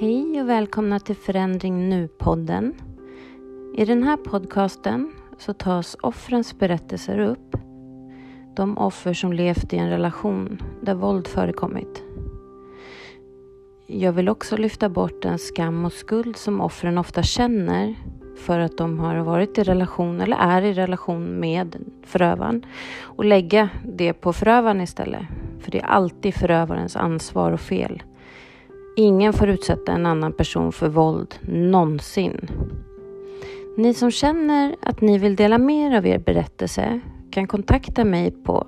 Hej och välkomna till Förändring Nu-podden. I den här podcasten så tas offrens berättelser upp. De offer som levt i en relation där våld förekommit. Jag vill också lyfta bort den skam och skuld som offren ofta känner för att de har varit i relation eller är i relation med förövaren. Och lägga det på förövaren istället. För det är alltid förövarens ansvar och fel. Ingen får utsätta en annan person för våld någonsin. Ni som känner att ni vill dela mer av er berättelse kan kontakta mig på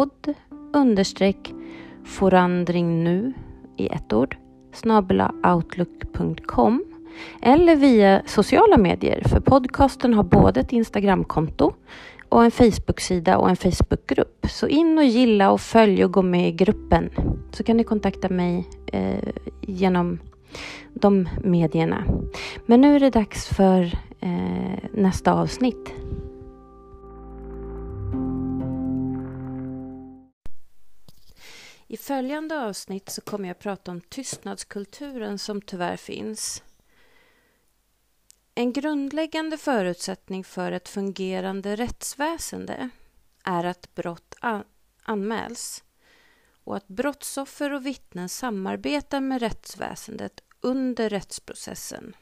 podd_forandringnu i ett ord @outlook.com eller via sociala medier, för podcasten har både ett Instagramkonto och en Facebook-sida och en Facebookgrupp. Så in och gilla och följ och gå med i gruppen. Så kan ni kontakta mig genom de medierna. Men nu är det dags för nästa avsnitt. I följande avsnitt så kommer jag prata om tystnadskulturen som tyvärr finns. En grundläggande förutsättning för ett fungerande rättsväsende är att brott anmäls och att brottsoffer och vittnen samarbetar med rättsväsendet under rättsprocessen.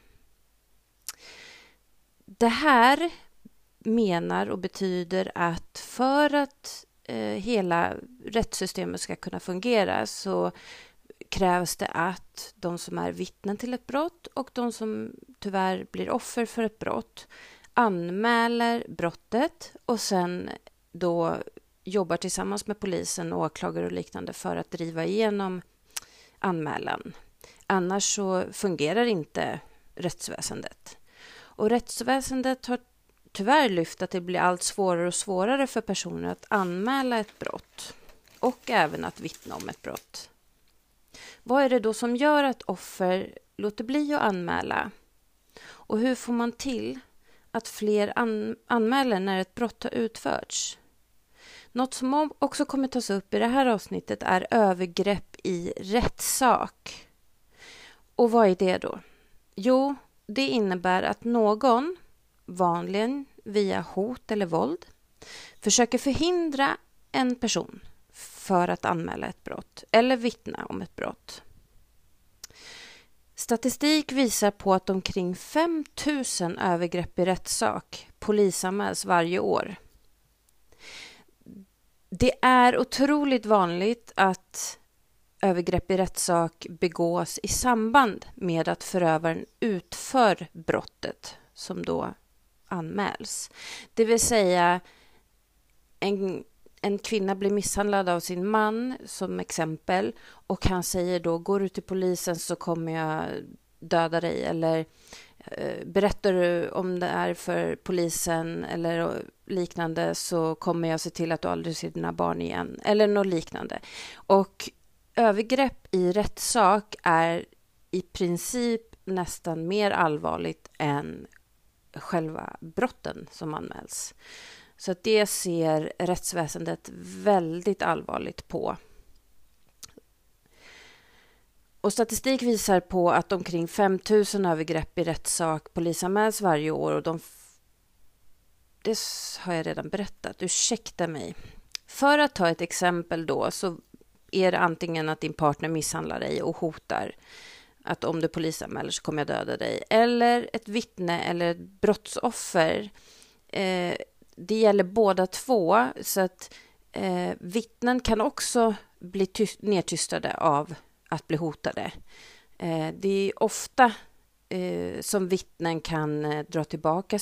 Det här menar och betyder att för att hela rättssystemet ska kunna fungera så krävs det att de som är vittnen till ett brott och de som tyvärr blir offer för ett brott anmäler brottet och sen då jobbar tillsammans med polisen, åklagare och liknande för att driva igenom anmälan. Annars så fungerar inte rättsväsendet. Och rättsväsendet har tyvärr lyft att det blir allt svårare och svårare för personer att anmäla ett brott och även att vittna om ett brott. Vad är det då som gör att offer låter bli att anmäla? Och hur får man till att fler anmäler när ett brott har utförts? Något som också kommer tas upp i det här avsnittet är övergrepp i rättssak. Och vad är det då? Jo, det innebär att någon, vanligen via hot eller våld, försöker förhindra en person för att anmäla ett brott eller vittna om ett brott. Statistik visar på att omkring 5 000 övergrepp i rättssak polisanmäls varje år. Det är otroligt vanligt att övergrepp i rättssak begås i samband med att förövaren utför brottet som då anmäls. Det vill säga en kvinna blir misshandlad av sin man som exempel och han säger då, går du till polisen så kommer jag döda dig, eller berättar du om det är för polisen eller liknande så kommer jag se till att du aldrig ser dina barn igen, eller något liknande. Och övergrepp i rättssak är i princip nästan mer allvarligt än själva brotten som anmäls. Så att det ser rättsväsendet väldigt allvarligt på. Och statistik visar på att omkring 5 000 övergrepp i rättssak polisanmäls varje år. Och det har jag redan berättat, ursäkta mig. För att ta ett exempel då så är det antingen att din partner misshandlar dig och hotar att om du polisanmäler så kommer jag döda dig. Eller ett vittne eller ett brottsoffer. Det gäller båda två, så att vittnen kan också bli nedtystade av att bli hotade. Det är ofta som vittnen kan dra tillbaka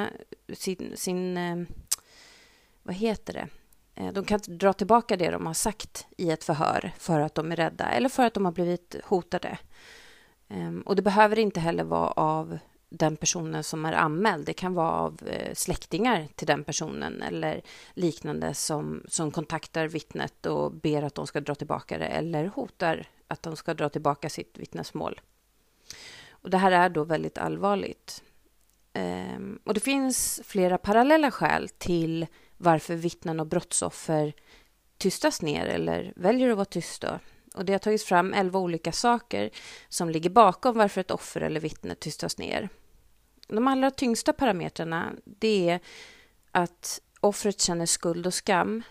de kan dra tillbaka det de har sagt i ett förhör för att de är rädda eller för att de har blivit hotade. Och det behöver inte heller vara av den personen som är anmäld. Det kan vara av släktingar till den personen eller liknande som kontaktar vittnet och ber att de ska dra tillbaka det eller hotar att de ska dra tillbaka sitt vittnesmål. Och det här är då väldigt allvarligt. Och det finns flera parallella skäl till varför vittnen och brottsoffer tystas ner eller väljer att vara tysta. Och det har tagits fram 11 olika saker som ligger bakom varför ett offer eller vittne tystas ner. De allra tyngsta parametrarna, det är att offret känner skuld och skam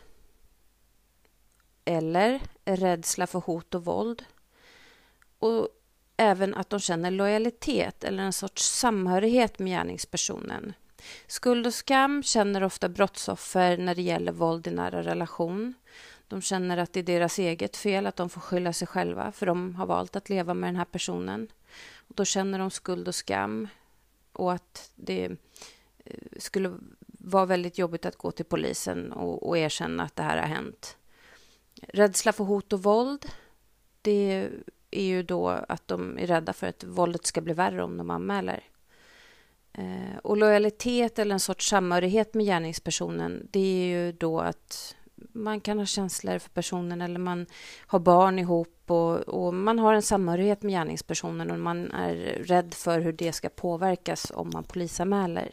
eller rädsla för hot och våld. Och även att de känner lojalitet eller en sorts samhörighet med gärningspersonen. Skuld och skam känner ofta brottsoffer när det gäller våld i nära relation. De känner att det är deras eget fel, att de får skylla sig själva för de har valt att leva med den här personen. Och då känner de skuld och skam och att det skulle vara väldigt jobbigt att gå till polisen och erkänna att det här har hänt. Rädsla för hot och våld, det är ju då att de är rädda för att våldet ska bli värre om de anmäler. Och lojalitet eller en sorts samhörighet med gärningspersonen, det är ju då att man kan ha känslor för personen eller man har barn ihop och man har en samhörighet med gärningspersonen och man är rädd för hur det ska påverkas om man polisanmäler.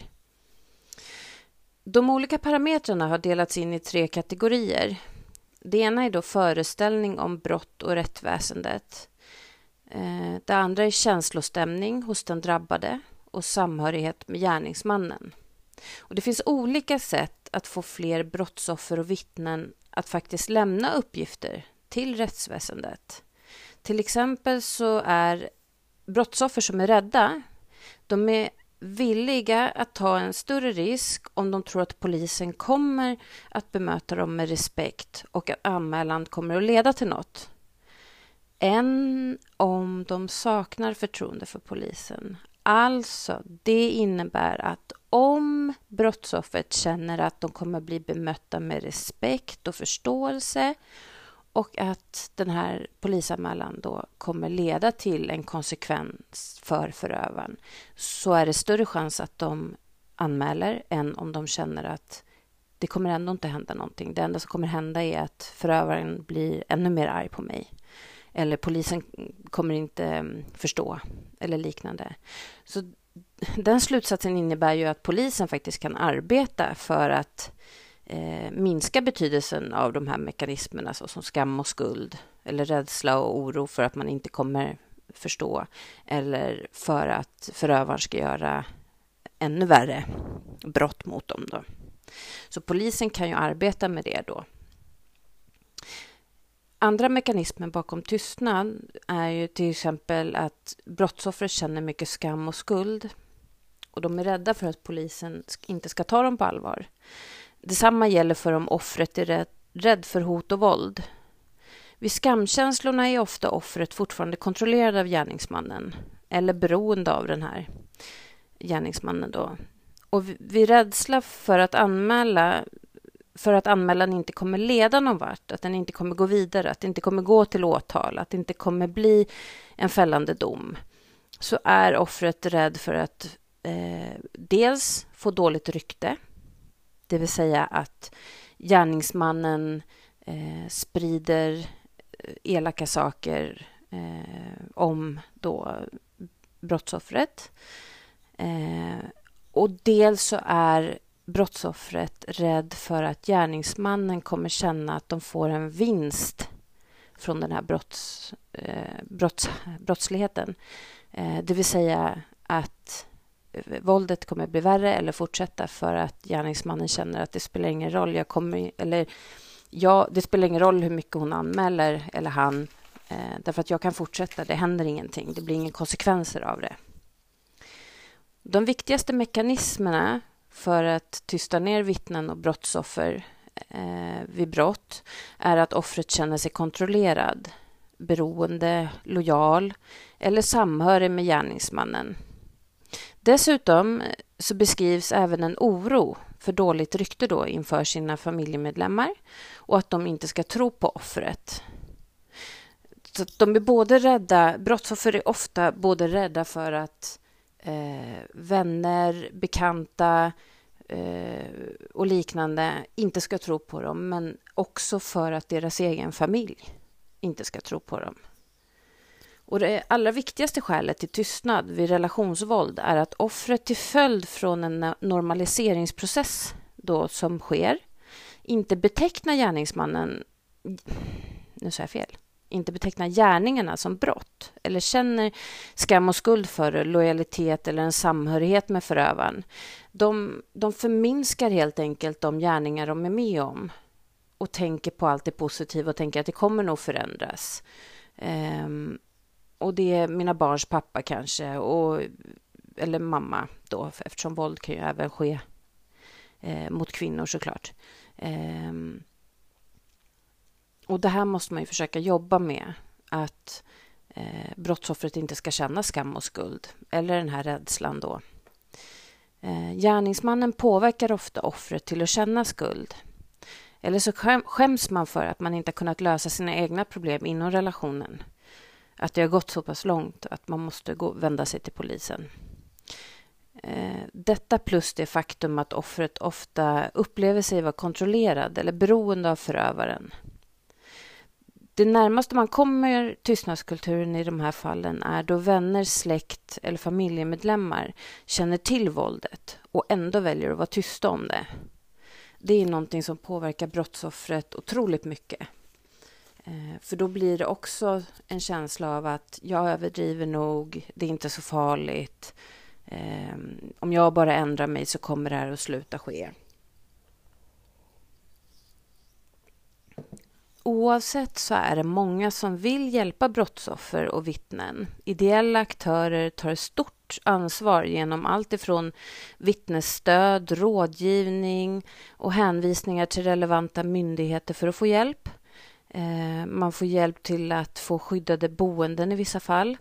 De olika parametrarna har delats in i 3 kategorier. Det ena är då föreställning om brott och rättsväsendet. Det andra är känslostämning hos den drabbade och samhörighet med gärningsmannen. Och det finns olika sätt att få fler brottsoffer och vittnen att faktiskt lämna uppgifter till rättsväsendet. Till exempel så är brottsoffer som är rädda, de är villiga att ta en större risk om de tror att polisen kommer att bemöta dem med respekt och att anmälan kommer att leda till något, än om de saknar förtroende för polisen. Alltså, det innebär att om brottsoffret känner att de kommer bli bemötta med respekt och förståelse och att den här polisanmälan då kommer leda till en konsekvens för förövaren, så är det större chans att de anmäler än om de känner att det kommer ändå inte hända någonting. Det enda som kommer hända är att förövaren blir ännu mer arg på mig. Eller polisen kommer inte förstå eller liknande. Så den slutsatsen innebär ju att polisen faktiskt kan arbeta för att minska betydelsen av de här mekanismerna såsom skam och skuld eller rädsla och oro för att man inte kommer förstå eller för att förövaren ska göra ännu värre brott mot dem då. Så polisen kan ju arbeta med det då. Andra mekanismer bakom tystnad är ju till exempel att brottsoffer känner mycket skam och skuld och de är rädda för att polisen inte ska ta dem på allvar. Detsamma gäller för om offret är rädd för hot och våld. Vid skamkänslorna är ofta offret fortfarande kontrollerad av gärningsmannen eller beroende av den här gärningsmannen då. Och vid rädsla för att anmälan inte kommer leda någon vart, att den inte kommer gå vidare, att det inte kommer gå till åtal, att det inte kommer bli en fällande dom, så är offret rädd för att dels få dåligt rykte, det vill säga att gärningsmannen sprider elaka saker om då brottsoffret. Och dels så är brottsoffret rädd för att gärningsmannen kommer känna att de får en vinst från den här brottsligheten. Det vill säga att våldet kommer bli värre eller fortsätta för att gärningsmannen känner att det spelar ingen roll. Det spelar ingen roll hur mycket hon anmäler eller han, därför att jag kan fortsätta. Det händer ingenting. Det blir inga konsekvenser av det. De viktigaste mekanismerna för att tysta ner vittnen och brottsoffer vid brott är att offret känner sig kontrollerad, beroende, lojal eller samhörig med gärningsmannen. Dessutom så beskrivs även en oro för dåligt rykte då inför sina familjemedlemmar och att de inte ska tro på offret. Så att de är både rädda, brottsoffer är ofta både rädda för att vänner, bekanta och liknande inte ska tro på dem, men också för att deras egen familj inte ska tro på dem. Och det allra viktigaste skälet till tystnad vid relationsvåld är att offret till följd från en normaliseringsprocess då som sker inte betecknar gärningsmannen, nu sa jag fel, inte betecknar gärningarna som brott eller känner skam och skuld för det, lojalitet eller en samhörighet med förövaren. De förminskar helt enkelt de gärningar de är med om och tänker på allt det positiva och tänker att det kommer nog förändras. Och det är mina barns pappa kanske, eller mamma då, eftersom våld kan ju även ske mot kvinnor såklart. Och det här måste man ju försöka jobba med, att brottsoffret inte ska känna skam och skuld eller den här rädslan då. Gärningsmannen påverkar ofta offret till att känna skuld. Eller så skäms man för att man inte har kunnat lösa sina egna problem inom relationen. Att det har gått så pass långt att man måste vända sig till polisen. Detta plus det faktum att offret ofta upplever sig vara kontrollerad eller beroende av förövaren. Det närmaste man kommer tystnadskulturen i de här fallen är då vänner, släkt eller familjemedlemmar känner till våldet och ändå väljer att vara tysta om det. Det är någonting som påverkar brottsoffret otroligt mycket. För då blir det också en känsla av att jag överdriver nog, det är inte så farligt. Om jag bara ändrar mig så kommer det här att sluta ske. Oavsett så är det många som vill hjälpa brottsoffer och vittnen. Ideella aktörer tar ett stort ansvar genom allt ifrån vittnesstöd, rådgivning och hänvisningar till relevanta myndigheter för att få hjälp. Man får hjälp till att få skyddade boenden i vissa fall.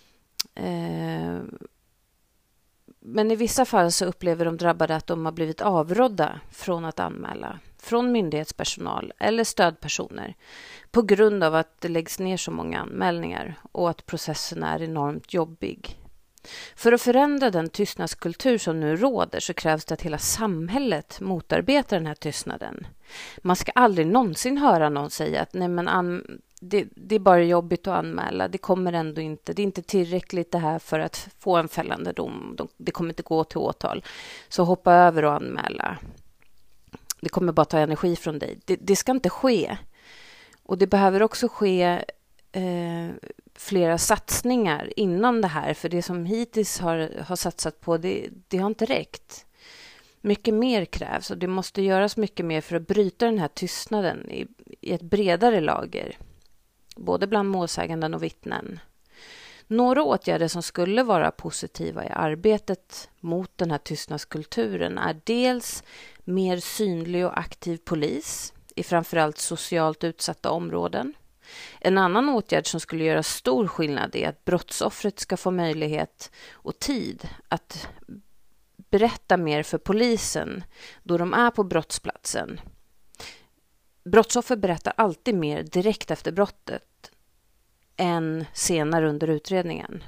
Men i vissa fall så upplever de drabbade att de har blivit avrådda från att anmäla från myndighetspersonal eller stödpersoner på grund av att det läggs ner så många anmälningar och att processen är enormt jobbig. För att förändra den tystnadskultur som nu råder så krävs det att hela samhället motarbetar den här tystnaden. Man ska aldrig någonsin höra någon säga att nej men det är bara jobbigt att anmäla, det kommer ändå inte, det är inte tillräckligt det här för att få en fällande dom, det kommer inte gå till åtal, så hoppa över och anmäla. Det kommer bara ta energi från dig. Det ska inte ske. Och det behöver också ske flera satsningar inom det här. För det som hittills har satsat på, det har inte räckt. Mycket mer krävs och det måste göras mycket mer för att bryta den här tystnaden i ett bredare lager. Både bland målsäganden och vittnen. Några åtgärder som skulle vara positiva i arbetet mot den här tystnadskulturen är dels mer synlig och aktiv polis i framförallt socialt utsatta områden. En annan åtgärd som skulle göra stor skillnad är att brottsoffret ska få möjlighet och tid att berätta mer för polisen då de är på brottsplatsen. Brottsoffer berättar alltid mer direkt efter brottet än senare under utredningen.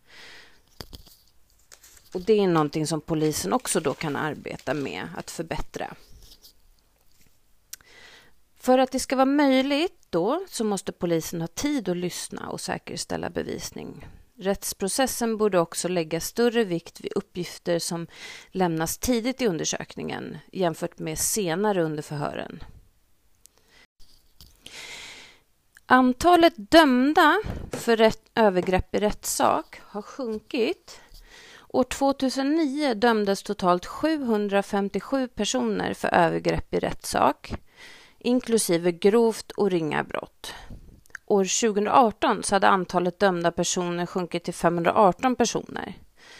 Och det är någonting som polisen också då kan arbeta med att förbättra. För att det ska vara möjligt då så måste polisen ha tid att lyssna och säkerställa bevisning. Rättsprocessen borde också lägga större vikt vid uppgifter som lämnas tidigt i undersökningen jämfört med senare under förhören. Antalet dömda för övergrepp i rättssak har sjunkit. År 2009 dömdes totalt 757 personer för övergrepp i rättssak, inklusive grovt och ringa brott. År 2018 så hade antalet dömda personer sjunkit till 518 personer.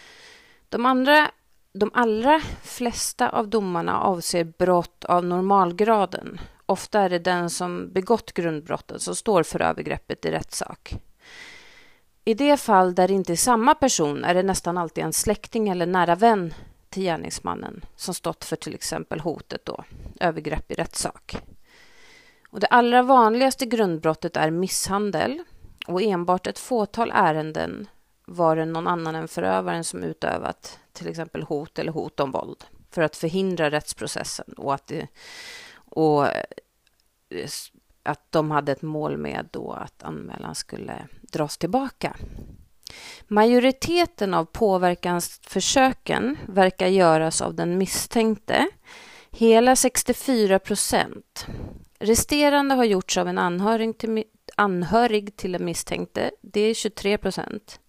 De allra flesta av domarna avser brott av normalgraden. Ofta är det den som begått grundbrotten som står för övergreppet i rättssak. I det fall där det inte är samma person är det nästan alltid en släkting eller nära vän till gärningsmannen som stått för till exempel hotet då, övergrepp i rättssak. Och det allra vanligaste grundbrottet är misshandel och enbart ett fåtal ärenden var det någon annan än förövaren som utövat till exempel hot eller hot om våld för att förhindra rättsprocessen och att de hade ett mål med då att anmälan skulle dras tillbaka. Majoriteten av påverkansförsöken verkar göras av den misstänkte, hela 64%. Resterande har gjorts av en anhörig till den misstänkte, det är 23%.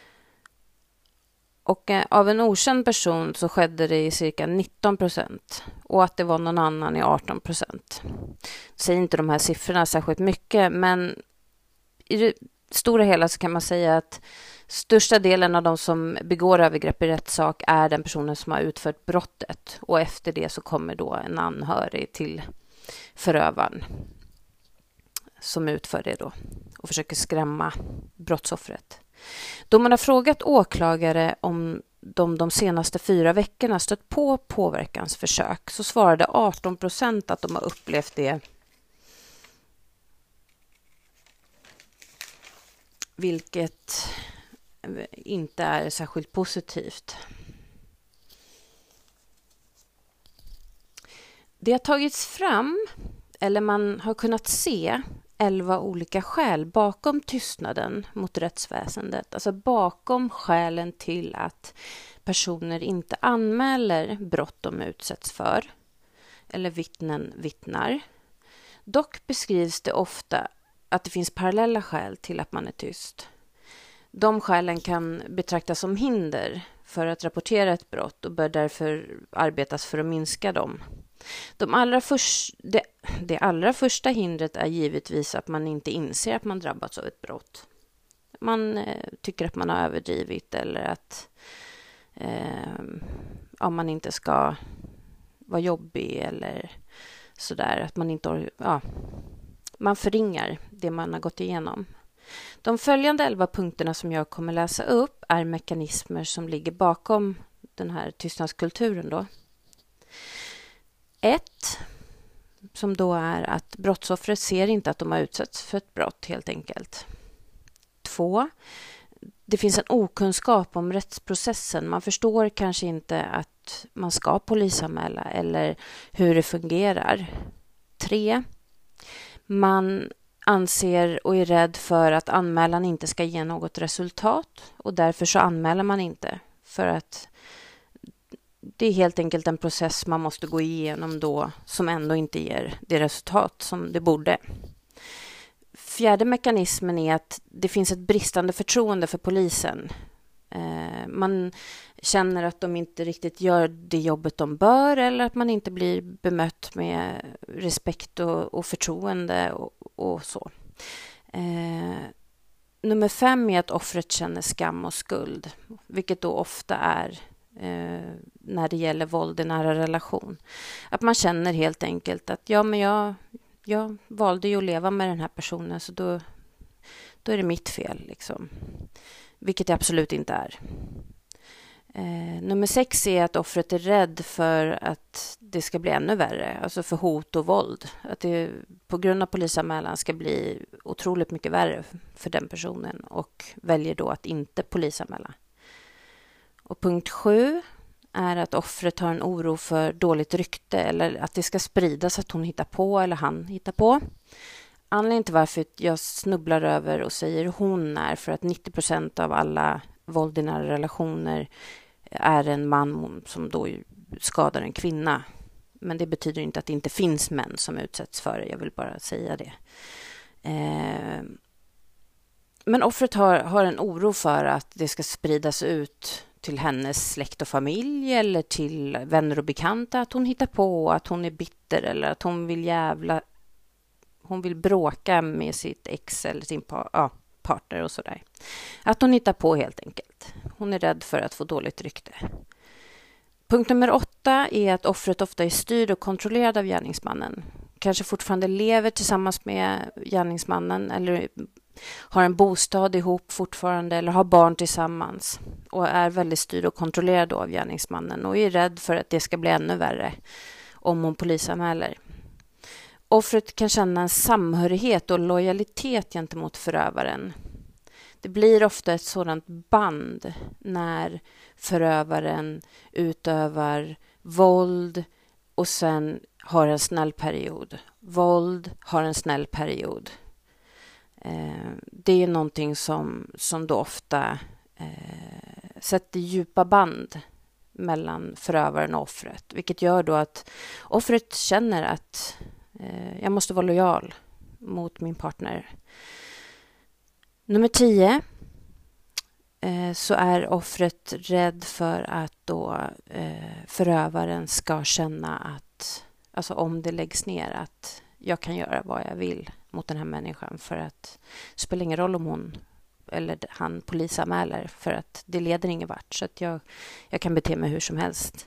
Och av en okänd person så skedde det i cirka 19%. Och att det var någon annan i 18%. Säger inte de här siffrorna särskilt mycket, men i det stora hela så kan man säga att största delen av de som begår övergrepp i rättssak är den personen som har utfört brottet. Och efter det så kommer då en anhörig till förövaren som utför det då och försöker skrämma brottsoffret. Då man har frågat åklagare om de senaste 4 veckorna stött på påverkansförsök så svarade 18% att de har upplevt det, vilket inte är särskilt positivt. Det har tagits fram, eller man har kunnat se 11 olika skäl bakom tystnaden mot rättsväsendet. Alltså bakom skälen till att personer inte anmäler brott de utsätts för eller vittnen vittnar. Dock beskrivs det ofta att det finns parallella skäl till att man är tyst. De skälen kan betraktas som hinder för att rapportera ett brott och bör därför arbetas för att minska dem. Det allra första hindret är givetvis att man inte inser att man drabbats av ett brott. Man tycker att man har överdrivit eller att man inte ska vara jobbig eller sådär. Att man inte man förringar det man har gått igenom. De följande 11 punkterna som jag kommer läsa upp är mekanismer som ligger bakom den här tystnadskulturen då. 1. Som då är att brottsoffret ser inte att de har utsatts för ett brott helt enkelt. 2. Det finns en okunskap om rättsprocessen. Man förstår kanske inte att man ska polisanmäla eller hur det fungerar. 3. Man anser och är rädd för att anmälan inte ska ge något resultat och därför så anmäler man inte för att det är helt enkelt en process man måste gå igenom då som ändå inte ger det resultat som det borde. 4. mekanismen är att det finns ett bristande förtroende för polisen. Man känner att de inte riktigt gör det jobbet de bör eller att man inte blir bemött med respekt och förtroende och så. Nummer 5 är att offret känner skam och skuld, vilket då ofta är när det gäller våld i nära relation. Att man känner helt enkelt att jag valde ju att leva med den här personen så då är det mitt fel liksom. Vilket det absolut inte är. Nummer 6 är att offret är rädd för att det ska bli ännu värre, alltså för hot och våld. Att det på grund av polisanmälan ska bli otroligt mycket värre för den personen och väljer då att inte polisanmäla. Och punkt 7 är att offret har en oro för dåligt rykte eller att det ska spridas att hon hittar på eller han hittar på. Anledningen till varför jag snubblar över och säger hon är för att 90% av alla våld i nära relationer är en man som då skadar en kvinna. Men det betyder inte att det inte finns män som utsätts för det. Jag vill bara säga det. Men offret har en oro för att det ska spridas ut till hennes släkt och familj eller till vänner och bekanta att hon hittar på, att hon är bitter eller att hon vill bråka med sitt ex eller sin partner och sådär. Att hon hittar på helt enkelt. Hon är rädd för att få dåligt rykte. Punkt nummer 8 är att offret ofta är styrd och kontrollerad av gärningsmannen. Kanske fortfarande lever tillsammans med gärningsmannen eller har en bostad ihop fortfarande eller har barn tillsammans och är väldigt styrd och kontrollerad då av gärningsmannen och är rädd för att det ska bli ännu värre om hon polisanmäler. Offret kan känna en samhörighet och lojalitet gentemot förövaren. Det blir ofta ett sådant band när förövaren utövar våld och sen har en snäll period. Våld har en snäll period. Det är någonting som då ofta sätter djupa band mellan förövaren och offret. Vilket gör då att offret känner att jag måste vara lojal mot min partner. Nummer 10. Så är offret rädd för att då förövaren ska känna att, alltså om det läggs ner, att jag kan göra vad jag vill mot den här människan, för att det spelar ingen roll om hon eller han polisanmäler, för att det leder ingen vart, så att jag kan bete mig hur som helst.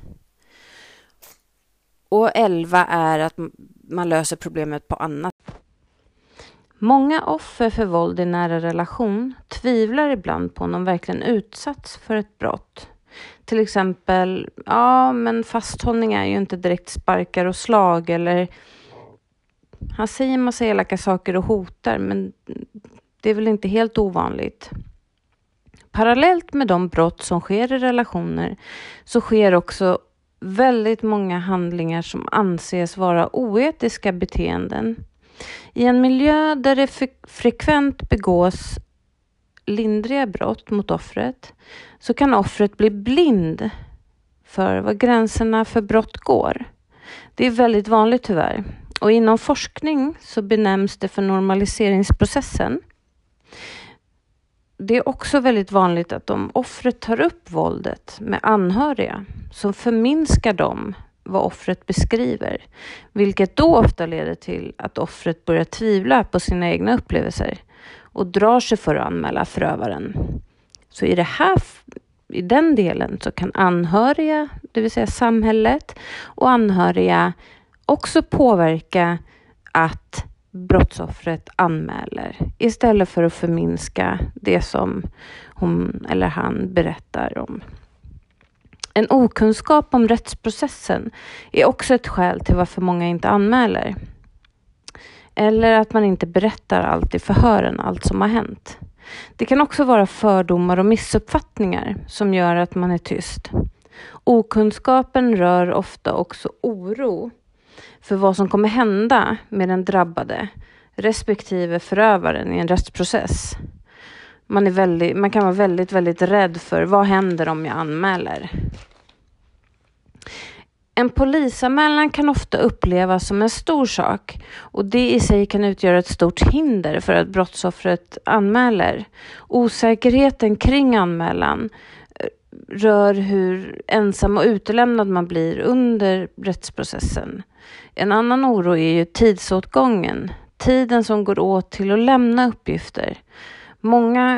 Och 11 är att man löser problemet på annat. Många offer för våld i nära relation tvivlar ibland på om de verkligen utsatts för ett brott. Till exempel, men fasthållning är ju inte direkt sparkar och slag, eller han säger en massa elaka saker och hotar, men det är väl inte helt ovanligt. Parallellt med de brott som sker i relationer så sker också väldigt många handlingar som anses vara oetiska beteenden. I en miljö där det frekvent begås lindriga brott mot offret så kan offret bli blind för var gränserna för brott går. Det är väldigt vanligt tyvärr. Och inom forskning så benämns det för normaliseringsprocessen. Det är också väldigt vanligt att om offret tar upp våldet med anhöriga så förminskar de vad offret beskriver, vilket då ofta leder till att offret börjar tvivla på sina egna upplevelser och drar sig för att anmäla förövaren. Så i den delen så kan anhöriga, det vill säga samhället, och anhöriga också påverka att brottsoffret anmäler istället för att förminska det som hon eller han berättar om. En okunskap om rättsprocessen är också ett skäl till varför många inte anmäler. Eller att man inte berättar allt i förhören, allt som har hänt. Det kan också vara fördomar och missuppfattningar som gör att man är tyst. Okunskapen rör ofta också oro för vad som kommer hända med den drabbade respektive förövaren i en rättsprocess. Man kan vara väldigt, väldigt rädd för vad händer om jag anmäler. En polisanmälan kan ofta upplevas som en stor sak, och det i sig kan utgöra ett stort hinder för att brottsoffret anmäler. Osäkerheten kring anmälan rör hur ensam och utelämnad man blir under rättsprocessen. En annan oro är ju tidsåtgången, tiden som går åt till att lämna uppgifter. Många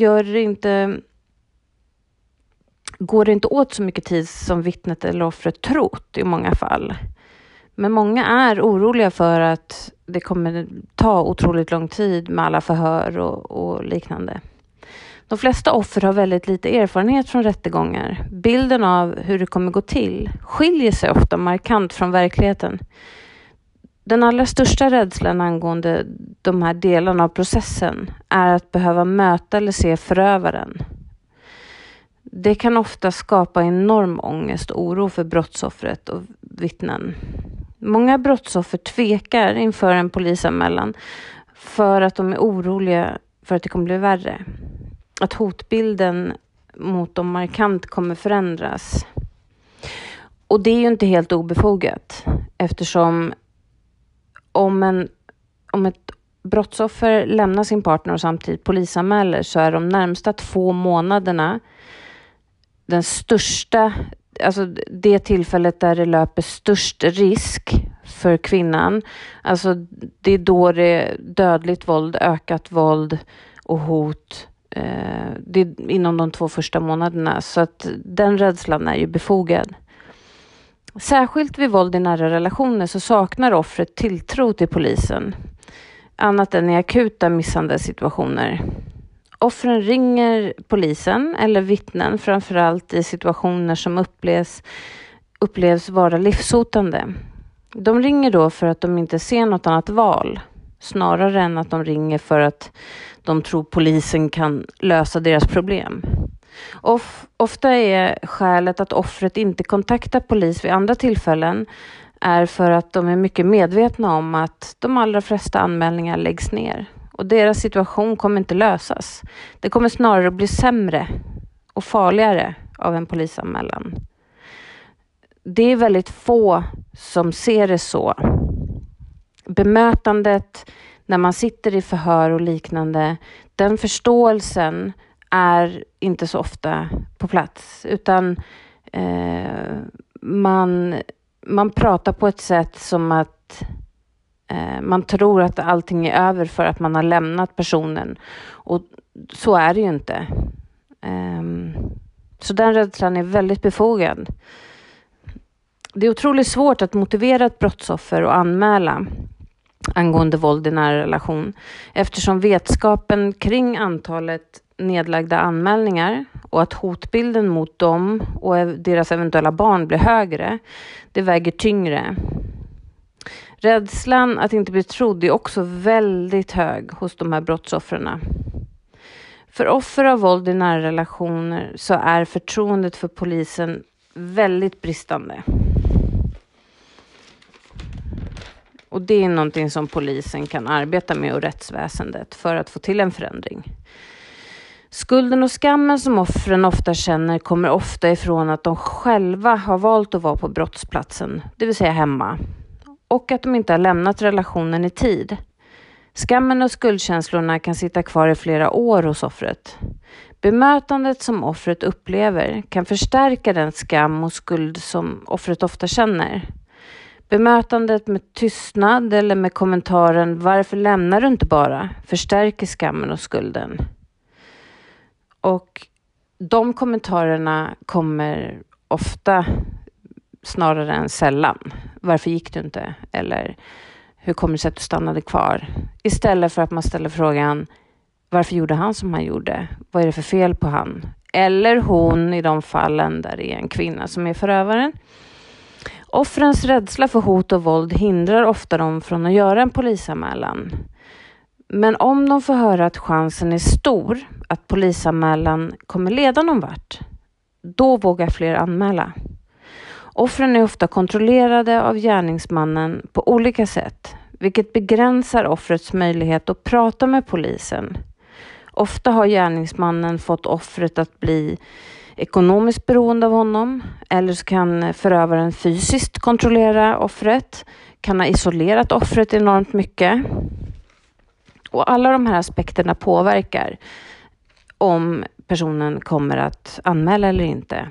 går det inte åt så mycket tid som vittnet eller offret trott i många fall. Men många är oroliga för att det kommer ta otroligt lång tid med alla förhör och liknande. De flesta offer har väldigt lite erfarenhet från rättegångar. Bilden av hur det kommer gå till skiljer sig ofta markant från verkligheten. Den allra största rädslan angående de här delarna av processen är att behöva möta eller se förövaren. Det kan ofta skapa enorm ångest och oro för brottsoffret och vittnen. Många brottsoffer tvekar inför en polisanmälan för att de är oroliga för att det kommer bli värre. Att hotbilden mot dem markant kommer förändras. Och det är ju inte helt obefogat, eftersom om ett brottsoffer lämnar sin partner och samtidigt polisanmäler så är de närmsta 2 månaderna den största, alltså det tillfället där det löper störst risk för kvinnan. Alltså det är då det är dödligt våld, ökat våld och hot. Det är inom de 2 första månaderna, så att den rädslan är ju befogad. Särskilt vid våld i nära relationer så saknar offret tilltro till polisen, annat än i akuta misshandelssituationer. Offren ringer polisen eller vittnen framförallt i situationer som upplevs vara livshotande. De ringer då för att de inte ser något annat val, snarare än att de ringer för att de tror polisen kan lösa deras problem. Ofta är skälet att offret inte kontaktar polis vid andra tillfällen är för att de är mycket medvetna om att de allra flesta anmälningar läggs ner. Och deras situation kommer inte lösas. Det kommer snarare att bli sämre och farligare av en polisanmälan. Det är väldigt få som ser det så. Bemötandet, när man sitter i förhör och liknande, den förståelsen är inte så ofta på plats, utan man pratar på ett sätt som att man tror att allting är över för att man har lämnat personen, och så är det ju inte. Så den rädslan är väldigt befogad. Det är otroligt svårt att motivera ett brottsoffer och anmäla angående våld i nära relation, eftersom vetskapen kring antalet nedlagda anmälningar och att hotbilden mot dem och deras eventuella barn blir högre, det väger tyngre. Rädslan att inte bli trodd är också väldigt hög hos de här brottsoffren. För offer av våld i nära relationer så är förtroendet för polisen väldigt bristande. Och det är någonting som polisen kan arbeta med och rättsväsendet för att få till en förändring. Skulden och skammen som offren ofta känner kommer ofta ifrån att de själva har valt att vara på brottsplatsen, det vill säga hemma, och att de inte har lämnat relationen i tid. Skammen och skuldkänslorna kan sitta kvar i flera år hos offret. Bemötandet som offret upplever kan förstärka den skam och skuld som offret ofta känner. Bemötandet med tystnad eller med kommentaren "varför lämnar du inte bara?" förstärker skammen och skulden. Och de kommentarerna kommer ofta snarare än sällan. "Varför gick du inte?" Eller "hur kommer det sig att du stannade kvar?" Istället för att man ställer frågan "varför gjorde han som han gjorde? Vad är det för fel på han?" Eller hon i de fallen där det är en kvinna som är förövaren. Offrens rädsla för hot och våld hindrar ofta dem från att göra en polisanmälan. Men om de får höra att chansen är stor att polisanmälan kommer leda någon vart, då vågar fler anmäla. Offren är ofta kontrollerade av gärningsmannen på olika sätt, vilket begränsar offrets möjlighet att prata med polisen. Ofta har gärningsmannen fått offret att bli ekonomiskt beroende av honom, eller så kan förövaren fysiskt kontrollera offret, kan ha isolerat offret enormt mycket. Och alla de här aspekterna påverkar om personen kommer att anmäla eller inte.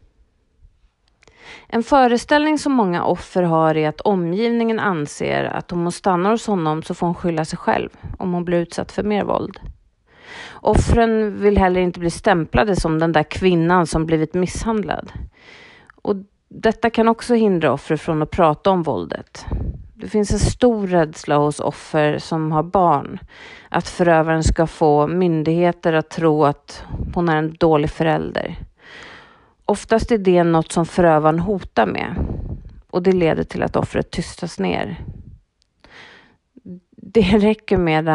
En föreställning som många offer har är att omgivningen anser att om hon stannar hos honom så får hon skylla sig själv om hon blir utsatt för mer våld. Offren vill heller inte bli stämplade som den där kvinnan som blivit misshandlad. Och detta kan också hindra offer från att prata om våldet. Det finns en stor rädsla hos offer som har barn att förövaren ska få myndigheter att tro att hon är en dålig förälder. Oftast är det något som förövaren hotar med, och det leder till att offret tystas ner. Det räcker med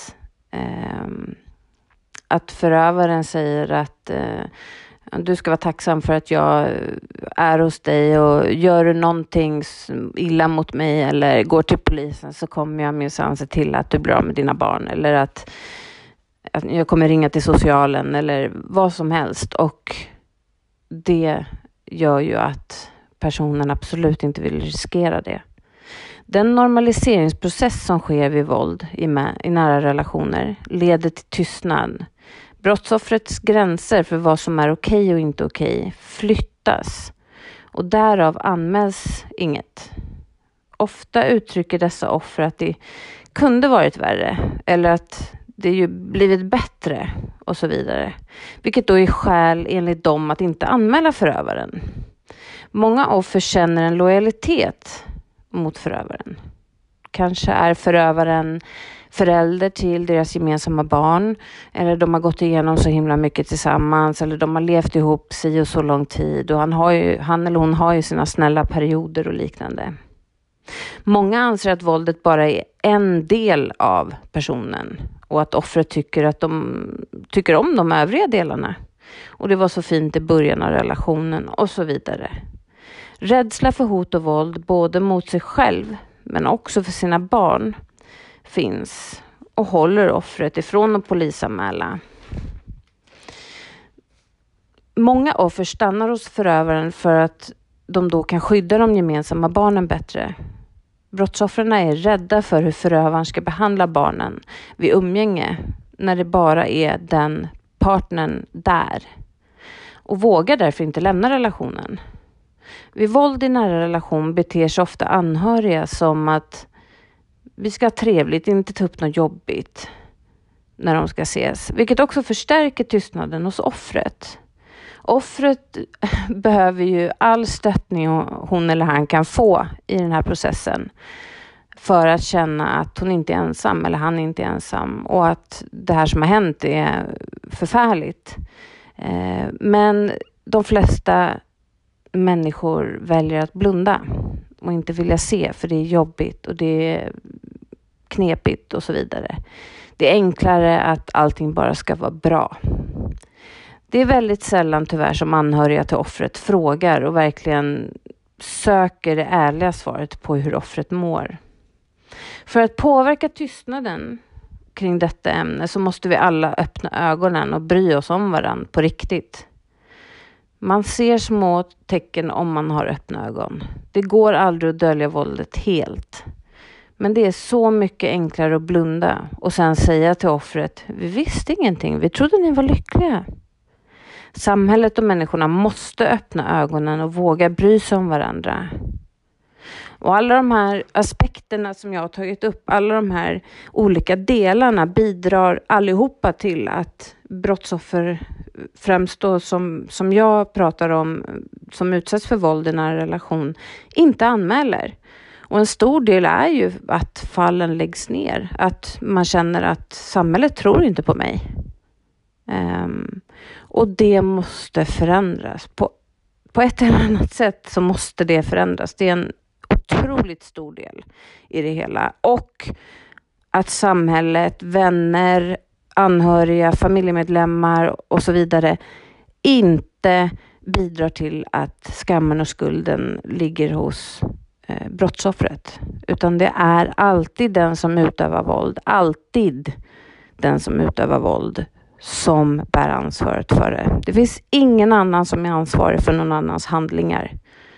att förövaren säger att du ska vara tacksam för att jag är hos dig, och gör du någonting illa mot mig eller går till polisen så kommer jag minsann se till att du blir av med dina barn, eller att jag kommer ringa till socialen eller vad som helst. Och det gör ju att personen absolut inte vill riskera det. Den normaliseringsprocess som sker vid våld i nära relationer leder till tystnad. Brottsoffrets gränser för vad som är okej och inte okej flyttas, och därav anmäls inget. Ofta uttrycker dessa offer att det kunde varit värre, eller att det ju blivit bättre och så vidare. Vilket då är skäl enligt dem att inte anmäla förövaren. Många offer känner en lojalitet mot förövaren. Kanske är förövaren förälder till deras gemensamma barn, eller de har gått igenom så himla mycket tillsammans, eller de har levt ihop sig och så lång tid, och han eller hon har ju sina snälla perioder och liknande. Många anser att våldet bara är en del av personen, och att offret tycker om de övriga delarna. Och det var så fint i början av relationen och så vidare. Rädsla för hot och våld både mot sig själv men också för sina barn finns och håller offret ifrån att polisanmäla. Många offer stannar hos förövaren för att de då kan skydda de gemensamma barnen bättre. Brottsoffren är rädda för hur förövaren ska behandla barnen vid umgänge när det bara är den partnern där. Och vågar därför inte lämna relationen. Vid våld i nära relation beter sig ofta anhöriga som att vi ska ha trevligt, inte ta upp något jobbigt när de ska ses. Vilket också förstärker tystnaden hos offret. Offret behöver ju all stöttning hon eller han kan få i den här processen. För att känna att hon inte är ensam eller han inte är ensam. Och att det här som har hänt är förfärligt. Men de flesta människor väljer att blunda och inte vilja se, för det är jobbigt och det är knepigt och så vidare. Det är enklare att allting bara ska vara bra. Det är väldigt sällan tyvärr som anhöriga till offret frågar och verkligen söker det ärliga svaret på hur offret mår. För att påverka tystnaden kring detta ämne så måste vi alla öppna ögonen och bry oss om varandra på riktigt. Man ser små tecken om man har öppna ögon. Det går aldrig att dölja våldet helt. Men det är så mycket enklare att blunda och sen säga till offret: vi visste ingenting, vi trodde ni var lyckliga. Samhället och människorna måste öppna ögonen och våga bry sig om varandra. Och alla de här aspekterna som jag har tagit upp, alla de här olika delarna bidrar allihopa till att brottsoffer, främst då som jag pratar om, som utsätts för våld i en relation, inte anmäler. Och en stor del är ju att fallen läggs ner. Att man känner att samhället tror inte på mig. Och det måste förändras. På ett eller annat sätt så måste det förändras. Det är en otroligt stor del i det hela. Och att samhället, vänner, anhöriga, familjemedlemmar och så vidare inte bidrar till att skammen och skulden ligger hos brottsoffret. Utan det är alltid den som utövar våld, alltid den som utövar våld som bär ansvaret för det. Det finns ingen annan som är ansvarig för någon annans handlingar.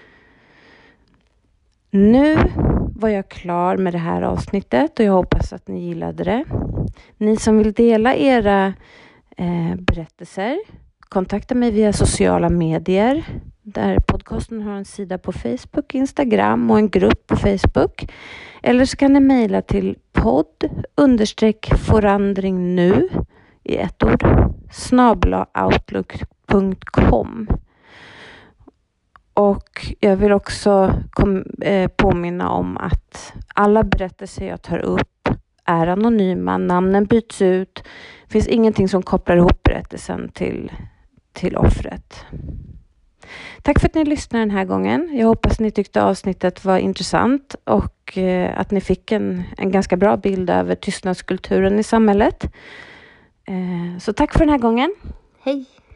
Nu var jag klar med det här avsnittet och jag hoppas att ni gillade det. Ni som vill dela era berättelser, kontakta mig via sociala medier. Där podcasten har en sida på Facebook, Instagram och en grupp på Facebook. Eller så kan ni mejla till podd_forandringnu i ett ord @outlook.com. Och jag vill också påminna om att alla berättelser jag tar upp är anonyma. Namnen byts ut. Det finns ingenting som kopplar ihop berättelsen till offret. Tack för att ni lyssnade den här gången. Jag hoppas ni tyckte avsnittet var intressant och att ni fick en ganska bra bild över tystnadskulturen i samhället. Så tack för den här gången. Hej!